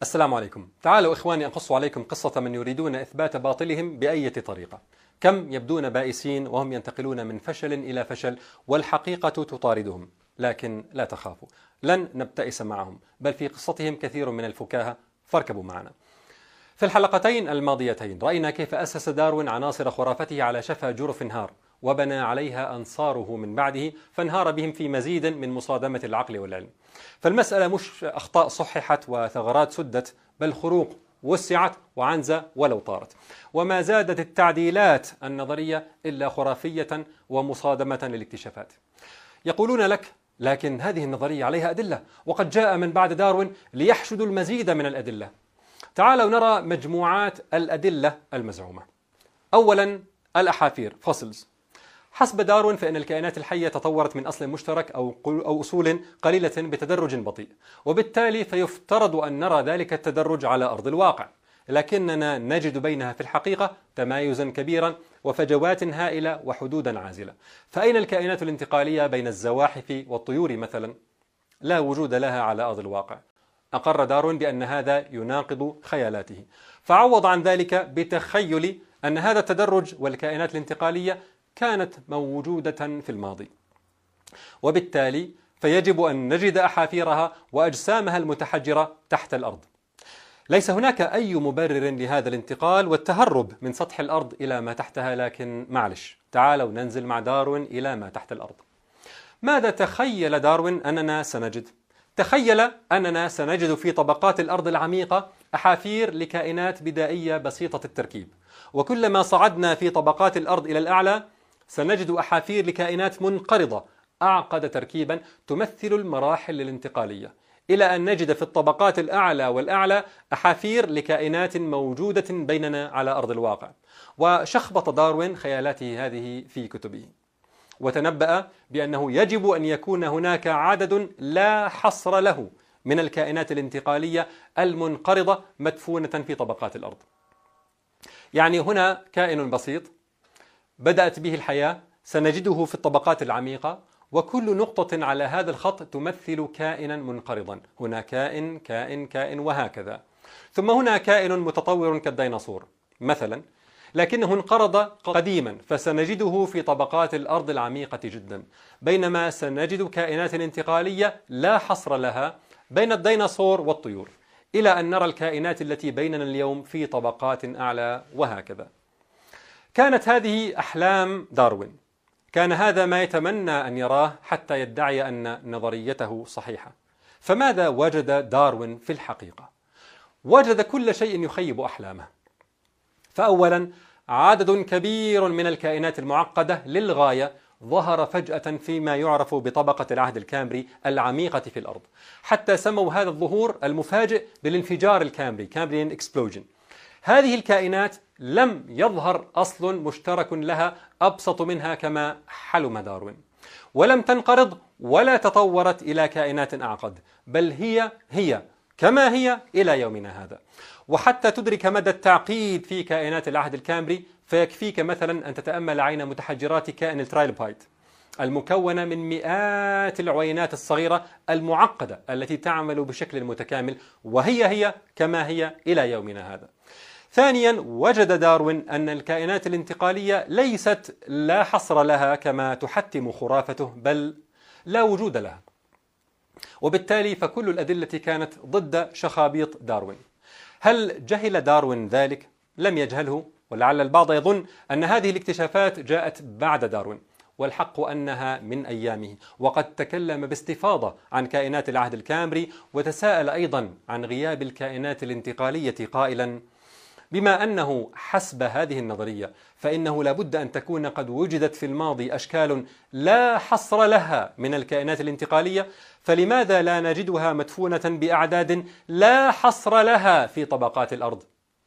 السلام عليكم. تعالوا إخواني أقص عليكم قصة من يريدون إثبات باطلهم بأية طريقة. كم يبدون بائسين وهم ينتقلون من فشل إلى فشل والحقيقة تطاردهم، لكن لا تخافوا، لن نبتئس معهم، بل في قصتهم كثير من الفكاهة، فاركبوا معنا. في الحلقتين الماضيتين رأينا كيف أسس داروين عناصر خرافته على شفا جرف هار، وبنى عليها أنصاره من بعده فانهار بهم في مزيد من مصادمة العقل والعلم. فالمسألة مش أخطاء صححت وثغرات سدت، بل خروق وسعت وعنزة ولو طارت. وما زادت التعديلات النظرية إلا خرافية ومصادمة للاكتشافات. يقولون لك: لكن هذه النظرية عليها أدلة، وقد جاء من بعد داروين ليحشدوا المزيد من الأدلة. تعالوا نرى مجموعات الأدلة المزعومة. أولا، الأحافير فوسلز. حسب داروين فإن الكائنات الحية تطورت من أصل مشترك أو أصول قليلة بتدرج بطيء، وبالتالي فيفترض أن نرى ذلك التدرج على أرض الواقع، لكننا نجد بينها في الحقيقة تمايزا كبيرا وفجوات هائلة وحدودا عازلة. فأين الكائنات الانتقالية بين الزواحف والطيور مثلا؟ لا وجود لها على أرض الواقع. أقر داروين بأن هذا يناقض خيالاته، فعوض عن ذلك بتخيل أن هذا التدرج والكائنات الانتقالية كانت موجودة في الماضي، وبالتالي فيجب أن نجد أحافيرها وأجسامها المتحجرة تحت الأرض. ليس هناك أي مبرر لهذا الانتقال والتهرب من سطح الأرض إلى ما تحتها، لكن معلش، تعالوا ننزل مع داروين إلى ما تحت الأرض. ماذا تخيل داروين أننا سنجد؟ تخيل أننا سنجد في طبقات الأرض العميقة أحافير لكائنات بدائية بسيطة التركيب، وكلما صعدنا في طبقات الأرض إلى الأعلى سنجد أحافير لكائنات منقرضة أعقد تركيبا تمثل المراحل الانتقالية، إلى أن نجد في الطبقات الأعلى والأعلى أحافير لكائنات موجودة بيننا على أرض الواقع. وشخبط داروين خيالاته هذه في كتبه، وتنبأ بأنه يجب أن يكون هناك عدد لا حصر له من الكائنات الانتقالية المنقرضة مدفونة في طبقات الأرض. يعني هنا كائن بسيط بدأت به الحياة سنجده في الطبقات العميقة، وكل نقطة على هذا الخط تمثل كائنا منقرضا. هنا كائن كائن كائن وهكذا. ثم هنا كائن متطور كالديناصور مثلا، لكنه انقرض قديما فسنجده في طبقات الأرض العميقة جدا، بينما سنجد كائنات انتقالية لا حصر لها بين الديناصور والطيور، إلى أن نرى الكائنات التي بيننا اليوم في طبقات أعلى وهكذا. كانت هذه أحلام داروين، كان هذا ما يتمنى أن يراه حتى يدعي أن نظريته صحيحة. فماذا وجد داروين في الحقيقة؟ وجد كل شيء يخيب أحلامه. فأولا، عدد كبير من الكائنات المعقدة للغاية ظهر فجأة فيما يعرف بطبقة العهد الكامبري العميقة في الأرض، حتى سموا هذا الظهور المفاجئ بالانفجار الكامبري Cambrian Explosion. هذه الكائنات لم يظهر أصل مشترك لها أبسط منها كما حلم داروين، ولم تنقرض ولا تطورت إلى كائنات أعقد، بل هي كما هي إلى يومنا هذا. وحتى تدرك مدى التعقيد في كائنات العهد الكامبري فيكفيك مثلا أن تتأمل عين متحجرات كائن الترايلوبايت، المكونة من مئات العوينات الصغيرة المعقدة التي تعمل بشكل متكامل، وهي كما هي إلى يومنا هذا. ثانيا، وجد داروين أن الكائنات الانتقالية ليست لا حصر لها كما تحتم خرافته، بل لا وجود لها، وبالتالي فكل الأدلة كانت ضد شخابيط داروين. هل جهل داروين ذلك؟ لم يجهله، ولعل البعض يظن أن هذه الاكتشافات جاءت بعد داروين، والحق أنها من أيامه، وقد تكلم باستفاضة عن كائنات العهد الكامبري، وتساءل أيضا عن غياب الكائنات الانتقالية قائلا: بما أنه حسب هذه النظرية فإنه لابد أن تكون قد وجدت في الماضي أشكال لا حصر لها من الكائنات الانتقالية، فلماذا لا نجدها مدفونة بأعداد لا حصر لها في طبقات الأرض؟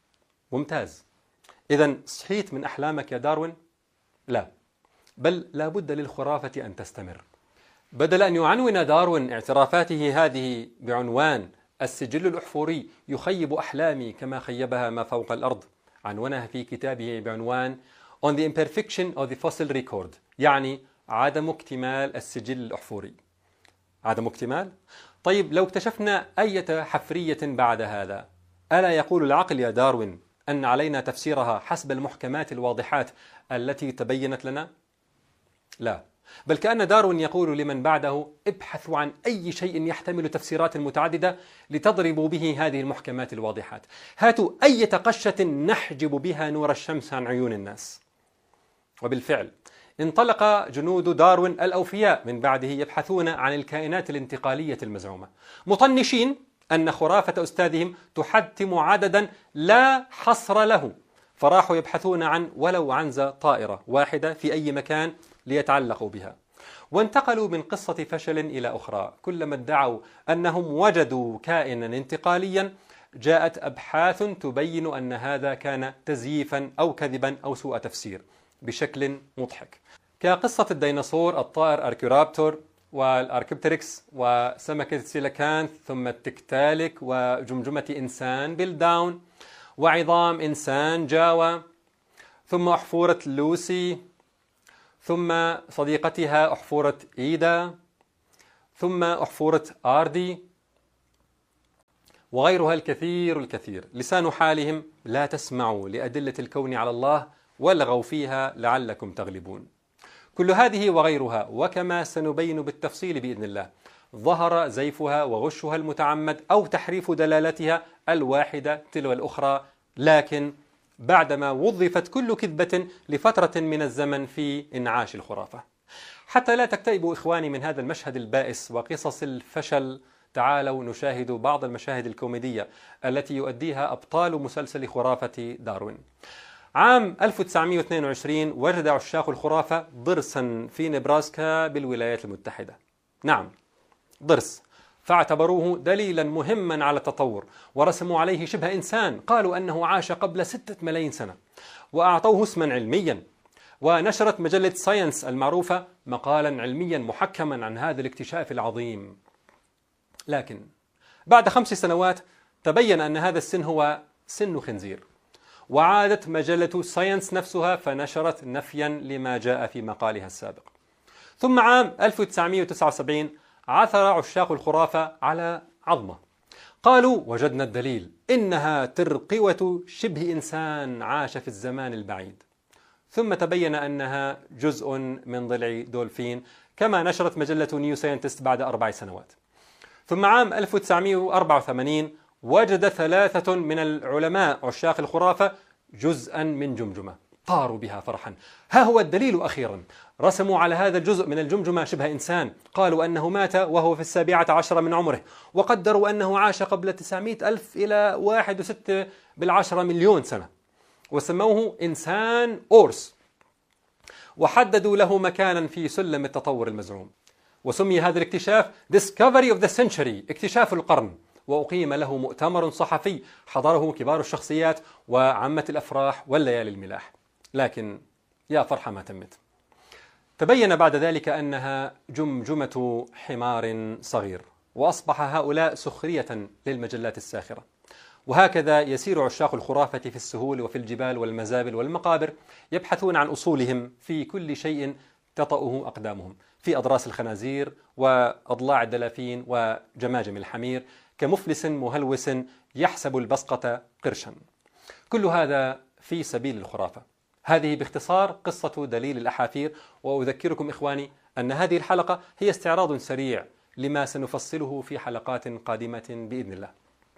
ممتاز. إذن صحيت من أحلامك يا داروين؟ لا، بل لابد للخرافة أن تستمر. بدل أن يعنون داروين اعترافاته هذه بعنوان السجل الأحفوري يخيب أحلامي كما خيبها ما فوق الأرض، عنونها في كتابه بعنوان On the Imperfection of the Fossil Record، يعني عدم اكتمال السجل الأحفوري. عدم اكتمال؟ طيب لو اكتشفنا أي حفرية بعد هذا، ألا يقول العقل يا داروين أن علينا تفسيرها حسب المحكمات الواضحات التي تبينت لنا؟ لا، بل كأن داروين يقول لمن بعده: ابحثوا عن أي شيء يحتمل تفسيرات متعددة لتضربوا به هذه المحكمات الواضحات. هاتوا أي قشة نحجب بها نور الشمس عن عيون الناس. وبالفعل انطلق جنود داروين الأوفياء من بعده يبحثون عن الكائنات الانتقالية المزعومة، مطنشين أن خرافة أستاذهم تحتم عددا لا حصر له، فراحوا يبحثون عن ولو عنزة طائرة واحدة في أي مكان ليتعلقوا بها، وانتقلوا من قصة فشل إلى أخرى. كلما ادعوا أنهم وجدوا كائنا انتقاليا جاءت أبحاث تبين أن هذا كان تزييفا أو كذبا أو سوء تفسير بشكل مضحك، كقصة الديناصور الطائر أركيورابتور والأركيبتريكس وسمكة السيليكانث، ثم التكتالك وجمجمة إنسان بيلداون وعظام إنسان جاوا، ثم أحفورة لوسي، ثم صديقتها أحفورة إيدا، ثم أحفورة آردي، وغيرها الكثير الكثير. لسان حالهم: لا تسمعوا لأدلة الكون على الله والغوا فيها لعلكم تغلبون. كل هذه وغيرها، وكما سنبين بالتفصيل بإذن الله، ظهر زيفها وغشها المتعمد أو تحريف دلالتها الواحدة تلو الأخرى، لكن بعدما وظفت كل كذبة لفترة من الزمن في إنعاش الخرافة. حتى لا تكتئبوا إخواني من هذا المشهد البائس وقصص الفشل، تعالوا نشاهد بعض المشاهد الكوميدية التي يؤديها أبطال مسلسل خرافة داروين. عام 1922 وجد عشاق الخرافة ضرسا في نبراسكا بالولايات المتحدة. نعم، ضرس، فاعتبروه دليلا مهما على التطور، ورسموا عليه شبه إنسان، قالوا أنه عاش قبل 6 ملايين سنة، وأعطوه اسما علميا. ونشرت مجلة ساينس المعروفة مقالا علميا محكما عن هذا الاكتشاف العظيم. لكن بعد 5 سنوات تبين أن هذا السن هو سن خنزير، وعادت مجلة ساينس نفسها فنشرت نفيا لما جاء في مقالها السابق. ثم عام 1979 عثر عشاق الخرافة على عظمة، قالوا: وجدنا الدليل، إنها ترقوة شبه إنسان عاش في الزمان البعيد. ثم تبين أنها جزء من ضلع دولفين، كما نشرت مجلة نيو ساينتست بعد 4 سنوات. ثم عام 1984 وجد 3 من العلماء عشاق الخرافة جزءا من جمجمة، طاروا بها فرحا. ها هو الدليل أخيرا، رسموا على هذا الجزء من الجمجمة شبه إنسان، قالوا أنه مات وهو في 17 من عمره، وقدروا أنه عاش قبل 900 ألف إلى 1.6 مليون سنة، وسموه إنسان أورس، وحددوا له مكانا في سلم التطور المزعوم. وسمي هذا الاكتشاف Discovery of the Century، اكتشاف القرن، وأقيم له مؤتمر صحفي حضره كبار الشخصيات وعامة الأفراح والليالي الملاح. لكن يا فرحة ما تمت، تبين بعد ذلك أنها جمجمة حمار صغير، وأصبح هؤلاء سخرية للمجلات الساخرة. وهكذا يسير عشاق الخرافة في السهول وفي الجبال والمزابل والمقابر، يبحثون عن أصولهم في كل شيء تطأه أقدامهم، في أضراس الخنازير وأضلاع الدلافين وجماجم الحمير، كمفلس مهلوس يحسب البصقة قرشا. كل هذا في سبيل الخرافة. هذه باختصار قصة دليل الأحافير، وأذكركم إخواني أن هذه الحلقة هي استعراض سريع لما سنفصله في حلقات قادمة بإذن الله.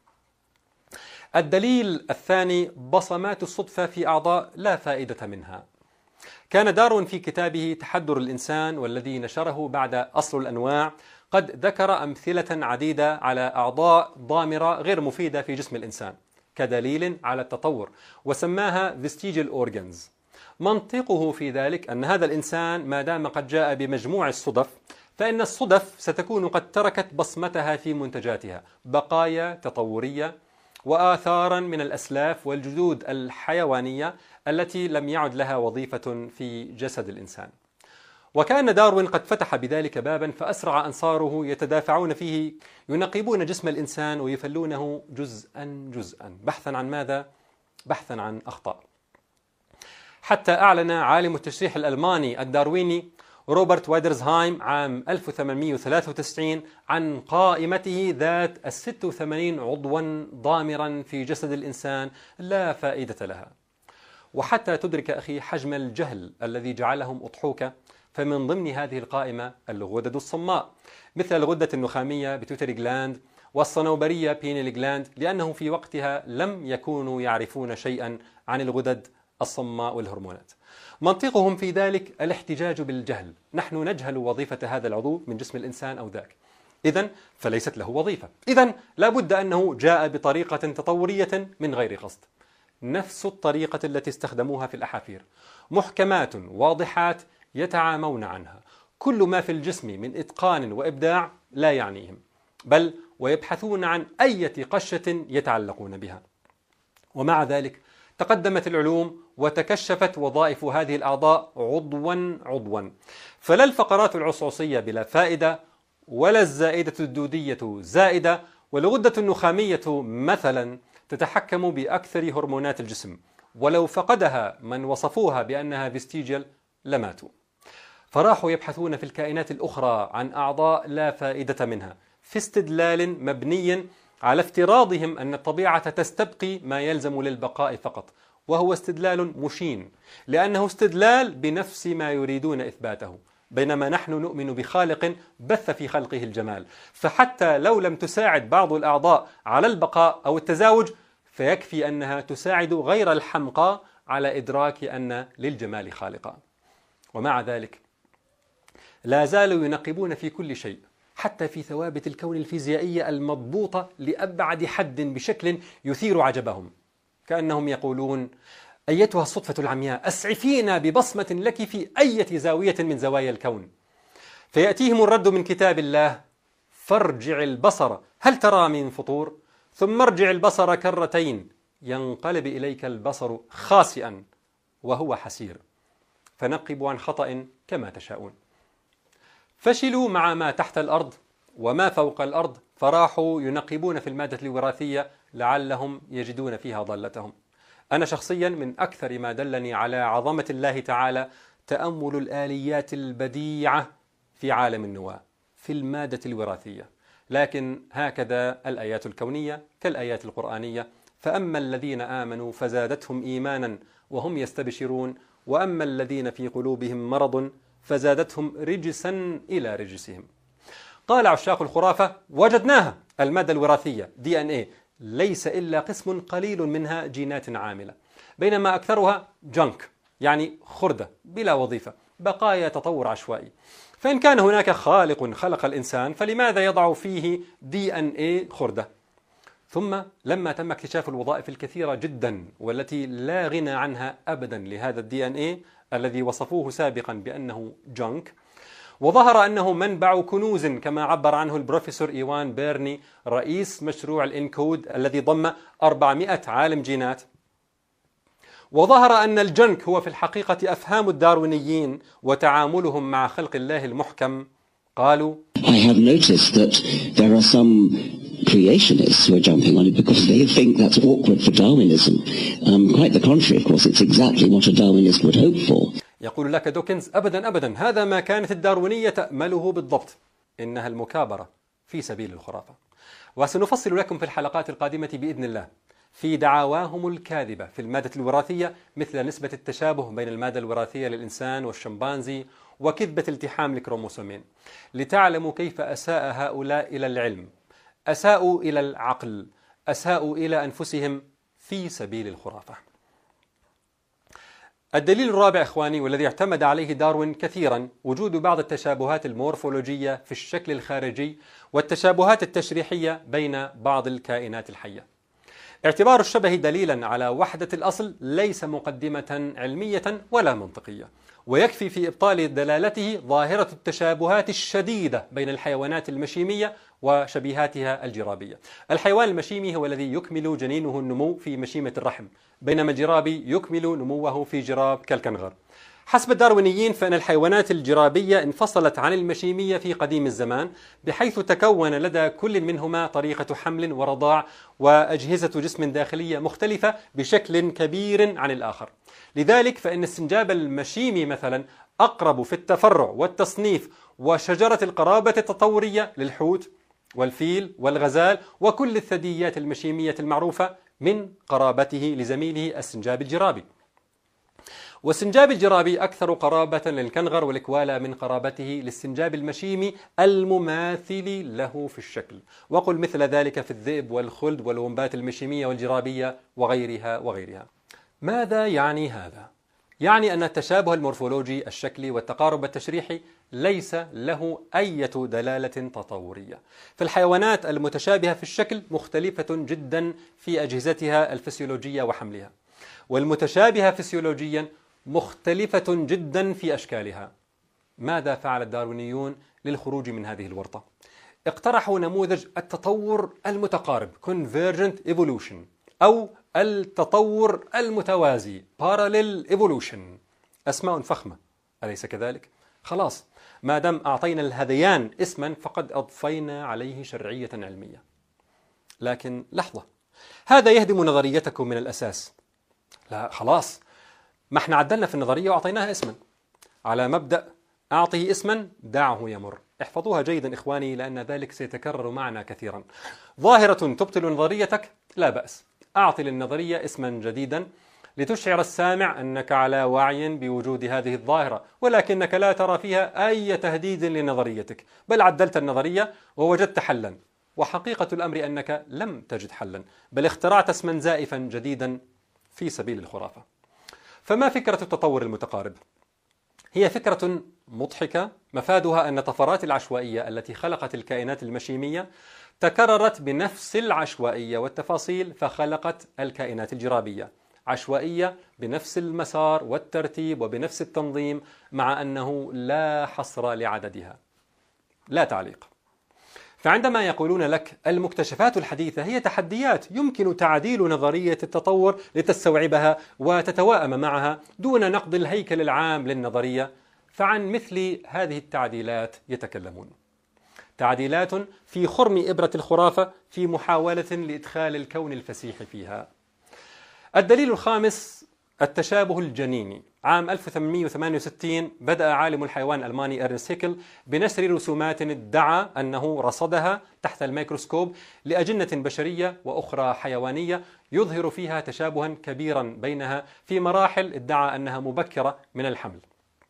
الدليل الثاني: بصمات الصدفة في أعضاء لا فائدة منها. كان داروين في كتابه تحدر الإنسان، والذي نشره بعد أصل الأنواع، قد ذكر أمثلة عديدة على أعضاء ضامرة غير مفيدة في جسم الإنسان كدليل على التطور، وسماها vestigial organs. منطقه في ذلك أن هذا الإنسان ما دام قد جاء بمجموع الصدف، فإن الصدف ستكون قد تركت بصمتها في منتجاتها، بقايا تطورية وآثارا من الأسلاف والجذود الحيوانية التي لم يعد لها وظيفة في جسد الإنسان. وكان داروين قد فتح بذلك بابا، فأسرع أنصاره يتدافعون فيه، ينقبون جسم الإنسان ويفلونه جزءا جزءا. بحثا عن ماذا؟ بحثا عن أخطاء. حتى أعلن عالم التشريح الألماني الدارويني روبرت وادرزهايم عام 1893 عن قائمته ذات 86 عضوا ضامرا في جسد الإنسان لا فائدة لها. وحتى تدرك أخي حجم الجهل الذي جعلهم أضحوك، فمن ضمن هذه القائمة الغدد الصماء مثل الغدة النخامية بيتوتري جلاند والصنوبرية بينيل جلاند، لأنهم في وقتها لم يكونوا يعرفون شيئا عن الغدد الصماء والهرمونات. منطقهم في ذلك الاحتجاج بالجهل، نحن نجهل وظيفة هذا العضو من جسم الإنسان أو ذاك، إذن فليست له وظيفة، إذن لا بد أنه جاء بطريقة تطورية من غير قصد، نفس الطريقة التي استخدموها في الأحافير، محكمات واضحات يتعامون عنها، كل ما في الجسم من إتقان وإبداع لا يعنيهم، بل ويبحثون عن أي قشة يتعلقون بها. ومع ذلك تقدمت العلوم وتكشفت وظائف هذه الأعضاء عضوا، فلا الفقرات العصعصية بلا فائدة، ولا الزائدة الدودية زائدة، والغدة النخامية مثلا تتحكم بأكثر هرمونات الجسم، ولو فقدها من وصفوها بأنها فيستيجيال لماتوا. فراحوا يبحثون في الكائنات الأخرى عن أعضاء لا فائدة منها، في استدلال مبني على افتراضهم أن الطبيعة تستبقي ما يلزم للبقاء فقط، وهو استدلال مشين، لأنه استدلال بنفس ما يريدون إثباته، بينما نحن نؤمن بخالق بث في خلقه الجمال، فحتى لو لم تساعد بعض الأعضاء على البقاء أو التزاوج، فيكفي أنها تساعد غير الحمقى على إدراك أن للجمال خالقا. ومع ذلك لا زالوا ينقبون في كل شيء، حتى في ثوابت الكون الفيزيائية المضبوطة لأبعد حد بشكل يثير عجبهم، كأنهم يقولون: أيتها الصدفة العمياء، أسعفينا ببصمة لك في أي زاوية من زوايا الكون. فيأتيهم الرد من كتاب الله: فارجع البصر هل ترى من فطور، ثم ارجع البصر كرتين ينقلب إليك البصر خاسئا وهو حسير، فنقبوا عن خطأ كما تشاءون. فشلوا مع ما تحت الأرض وما فوق الأرض، فراحوا ينقبون في المادة الوراثية لعلهم يجدون فيها ضالتهم. أنا شخصيا من أكثر ما دلني على عظمة الله تعالى تأمل الآليات البديعة في عالم النواة في المادة الوراثية، لكن هكذا الآيات الكونية كالآيات القرآنية، فأما الذين آمنوا فزادتهم إيمانا وهم يستبشرون، وأما الذين في قلوبهم مرض فزادتهم رجسا إلى رجسهم. قال عشاق الخرافة: وجدناها، المادة الوراثية DNA ليس إلا قسم قليل منها جينات عاملة، بينما أكثرها جنك، يعني خردة بلا وظيفة، بقايا تطور عشوائي. فإن كان هناك خالق خلق الإنسان، فلماذا يضع فيه DNA خردة؟ ثم لما تم اكتشاف الوظائف الكثيرة جدا والتي لا غنى عنها أبدا لهذا DNA الذي وصفوه سابقا بأنه جنك، وظهر أنه منبع كنوز كما عبر عنه البروفيسور إيوان بيرني رئيس مشروع الإنكود الذي ضم 400 عالم جينات، وظهر أن الجنك هو في الحقيقة أفهام الداروينيين وتعاملهم مع خلق الله المحكم. قالوا: I have noticed that there are some creationists who are jumping on it because they think that's awkward for Darwinism. Quite the contrary, of course, it's exactly what a Darwinist would hope for. يقول لك دوكنز: أبدا أبدا، هذا ما كانت الداروينية تأمله بالضبط، إنها المكابرة في سبيل الخرافة. وسنفصل لكم في الحلقات القادمة بإذن الله في دعواهم الكاذبة في المادة الوراثية، مثل نسبة التشابه بين المادة الوراثية للإنسان والشمبانزي وكذبة التحام الكروموسومين، لتعلموا كيف أساء هؤلاء إلى العلم، أساءوا إلى العقل، أساءوا إلى أنفسهم في سبيل الخرافة. الدليل الرابع إخواني، والذي اعتمد عليه داروين كثيرا، وجود بعض التشابهات المورفولوجية في الشكل الخارجي والتشابهات التشريحية بين بعض الكائنات الحية. اعتبار الشبه دليلا على وحدة الأصل ليس مقدمة علمية ولا منطقية، ويكفي في إبطال دلالته ظاهرة التشابهات الشديدة بين الحيوانات المشيمية وشبيهاتها الجرابية. الحيوان المشيمي هو الذي يكمل جنينه النمو في مشيمة الرحم، بينما الجرابي يكمل نموه في جراب كالكنغر. حسب الداروينيين فإن الحيوانات الجرابية انفصلت عن المشيمية في قديم الزمان، بحيث تكون لدى كل منهما طريقة حمل ورضاع وأجهزة جسم داخلية مختلفة بشكل كبير عن الآخر. لذلك فإن استنجاب المشيمي مثلا أقرب في التفرع والتصنيف وشجرة القرابة التطورية للحوت والفيل والغزال وكل الثدييات المشيمية المعروفة من قرابته لزميله السنجاب الجرابي. والسنجاب الجرابي أكثر قرابة للكنغر والكوالا من قرابته للسنجاب المشيمي المماثل له في الشكل، وقل مثل ذلك في الذئب والخلد والومبات المشيمية والجرابية وغيرها. ماذا يعني هذا؟ يعني أن التشابه المورفولوجي الشكلي والتقارب التشريحي ليس له أي دلالة تطورية. فالحيوانات المتشابهة في الشكل مختلفة جدا في أجهزتها الفسيولوجية وحملها، والمتشابهة فسيولوجيا مختلفة جدا في أشكالها. ماذا فعل الداروينيون للخروج من هذه الورطة؟ اقترحوا نموذج التطور المتقارب Convergent Evolution أو التطور المتوازي Parallel Evolution. أسماء فخمة أليس كذلك؟ خلاص، ما دام أعطينا الهذيان اسما فقد أضفينا عليه شرعية علمية. لكن لحظة، هذا يهدم نظريتكم من الأساس. لا خلاص، ما احنا عدلنا في النظرية وأعطيناها اسما على مبدأ أعطه اسما دعه يمر. احفظوها جيدا إخواني، لأن ذلك سيتكرر معنا كثيرا. ظاهرة تبطل نظريتك لا بأس، أعطي للنظرية اسما جديدا لتشعر السامع أنك على وعي بوجود هذه الظاهرة، ولكنك لا ترى فيها أي تهديد لنظريتك، بل عدلت النظرية ووجدت حلا. وحقيقة الأمر أنك لم تجد حلا، بل اخترعت اسما زائفا جديدا في سبيل الخرافة. فما فكرة التطور المتقارب؟ هي فكرة مضحكة مفادها أن الطفرات العشوائية التي خلقت الكائنات المشيمية تكررت بنفس العشوائية والتفاصيل فخلقت الكائنات الجرابية، عشوائية بنفس المسار والترتيب وبنفس التنظيم، مع أنه لا حصر لعددها. لا تعليق. فعندما يقولون لك المكتشفات الحديثة هي تحديات يمكن تعديل نظرية التطور لتستوعبها وتتواءم معها دون نقد الهيكل العام للنظرية، فعن مثل هذه التعديلات يتكلمون. تعديلات في خرم إبرة الخرافة في محاولة لإدخال الكون الفسيح فيها. الدليل الخامس التشابه الجنيني. عام 1868 بدأ عالم الحيوان الألماني إرنست هيكل بنشر رسومات ادعى أنه رصدها تحت الميكروسكوب لأجنة بشرية وأخرى حيوانية يظهر فيها تشابها كبيرا بينها في مراحل ادعى أنها مبكرة من الحمل.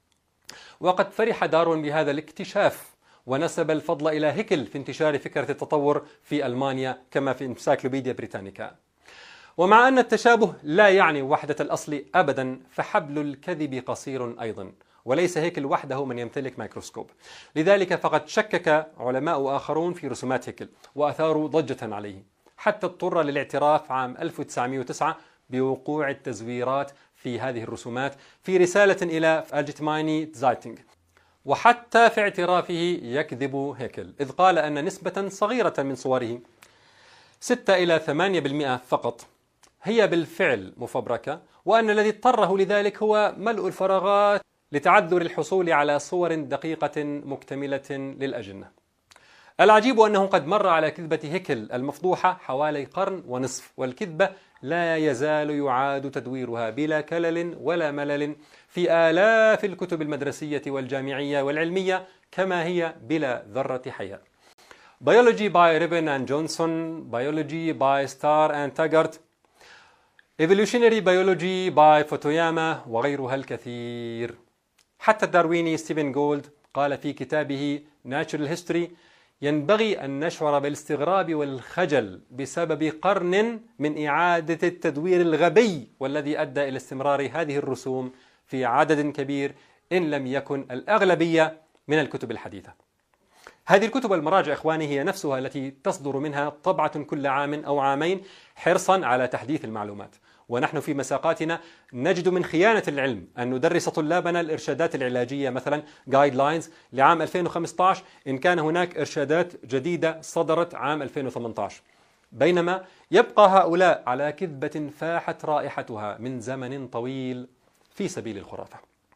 وقد فرح داروين بهذا الاكتشاف ونسب الفضل إلى هيكل في انتشار فكرة التطور في ألمانيا كما في انسايكلوبيديا بريتانيكا. ومع أن التشابه لا يعني وحدة الأصل أبدا، فحبل الكذب قصير أيضا، وليس هيكل وحده من يمتلك ميكروسكوب. لذلك فقد شكك علماء آخرون في رسومات هيكل وأثاروا ضجة عليه، حتى اضطر للاعتراف عام 1909 بوقوع التزويرات في هذه الرسومات في رسالة إلى الجتمايني زايتنغ. وحتى في اعترافه يكذب هيكل، إذ قال أن نسبة صغيرة من صوره 6 إلى 8% فقط هي بالفعل مفبركة، وأن الذي اضطره لذلك هو ملء الفراغات لتعذر الحصول على صور دقيقة مكتملة للأجنة. العجيب أنه قد مر على كذبة هيكل المفضوحة حوالي قرن ونصف، والكذبة لا يزال يعاد تدويرها بلا كلل ولا ملل في آلاف الكتب المدرسية والجامعية والعلمية كما هي بلا ذرة حياء. Biology by Ribben and Johnson, Biology by Starr and Taggart, Evolutionary Biology by فوتوياما وغيرها الكثير. حتى الدارويني ستيفن جولد قال في كتابه Natural History: ينبغي أن نشعر بالاستغراب والخجل بسبب قرن من إعادة التدوير الغبي والذي أدى إلى استمرار هذه الرسوم في عدد كبير إن لم يكن الأغلبية من الكتب الحديثة. هذه الكتب والمراجع إخواني هي نفسها التي تصدر منها طبعة كل عام أو عامين حرصا على تحديث المعلومات. ونحن في مساقاتنا نجد من خيانة العلم أن ندرس طلابنا الإرشادات العلاجية مثلا Guidelines لعام 2015 إن كان هناك إرشادات جديدة صدرت عام 2018، بينما يبقى هؤلاء على كذبة فاحت رائحتها من زمن طويل في سبيل الخرافة.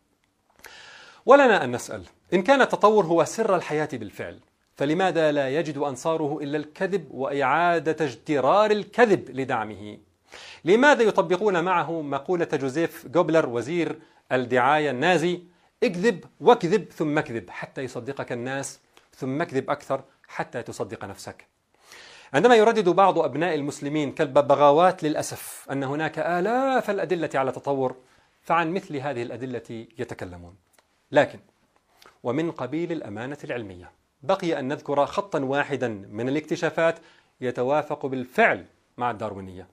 ولنا أن نسأل: إن كان التطور هو سر الحياة بالفعل، فلماذا لا يجد أنصاره إلا الكذب وإعادة اجترار الكذب لدعمه؟ لماذا يطبقون معه مقولة جوزيف غوبلر وزير الدعاية النازي: اكذب واكذب ثم اكذب حتى يصدقك الناس، ثم اكذب أكثر حتى تصدق نفسك. عندما يردد بعض أبناء المسلمين كالببغاوات للأسف أن هناك آلاف الأدلة على التطور، فعن مثل هذه الأدلة يتكلمون. لكن ومن قبيل الأمانة العلمية بقي أن نذكر خطا واحدا من الاكتشافات يتوافق بالفعل مع الداروينية.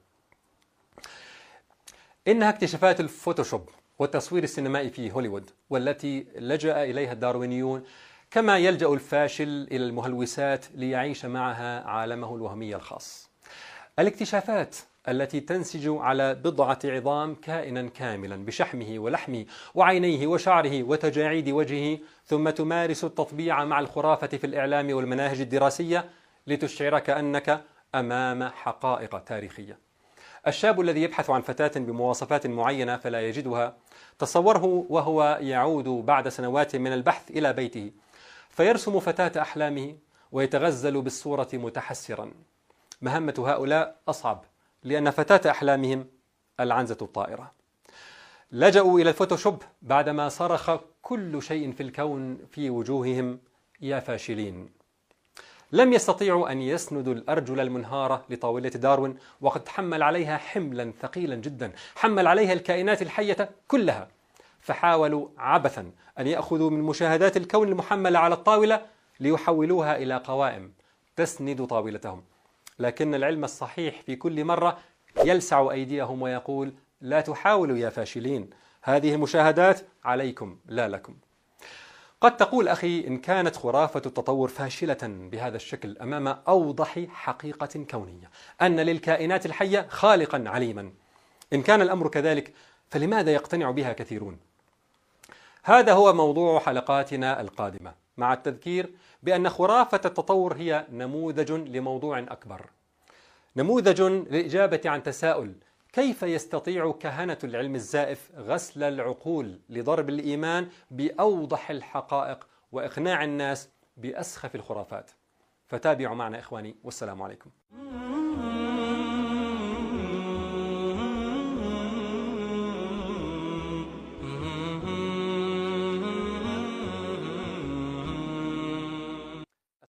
إنها اكتشافات الفوتوشوب والتصوير السينمائي في هوليوود، والتي لجأ إليها الداروينيون كما يلجأ الفاشل إلى المهلوسات ليعيش معها عالمه الوهمي الخاص. الاكتشافات التي تنسج على بضعة عظام كائنا كاملا بشحمه ولحمه وعينيه وشعره وتجاعيد وجهه، ثم تمارس التطبيع مع الخرافة في الإعلام والمناهج الدراسية لتشعرك أنك أمام حقائق تاريخية. الشاب الذي يبحث عن فتاة بمواصفات معينة فلا يجدها، تصوره وهو يعود بعد سنوات من البحث إلى بيته فيرسم فتاة أحلامه ويتغزل بالصورة متحسرا. مهمة هؤلاء أصعب، لأن فتاة أحلامهم العنزة الطائرة. لجأوا إلى الفوتوشوب بعدما صرخ كل شيء في الكون في وجوههم: يا فاشلين. لم يستطيعوا أن يسندوا الأرجل المنهارة لطاولة داروين، وقد حمل عليها حملا ثقيلا جدا، حمل عليها الكائنات الحية كلها. فحاولوا عبثا أن يأخذوا من مشاهدات الكون المحملة على الطاولة ليحولوها إلى قوائم تسند طاولتهم. لكن العلم الصحيح في كل مرة يلسع أيديهم ويقول: لا تحاولوا يا فاشلين، هذه المشاهدات عليكم لا لكم. قد تقول أخي: إن كانت خرافة التطور فاشلة بهذا الشكل أمام أوضح حقيقة كونية أن للكائنات الحية خالقا عليما، إن كان الأمر كذلك فلماذا يقتنع بها كثيرون؟ هذا هو موضوع حلقاتنا القادمة، مع التذكير بأن خرافة التطور هي نموذج لموضوع أكبر، نموذج للإجابة عن تساؤل: كيف يستطيع كهنة العلم الزائف غسل العقول لضرب الإيمان بأوضح الحقائق وإقناع الناس بأسخف الخرافات؟ فتابعوا معنا إخواني، والسلام عليكم.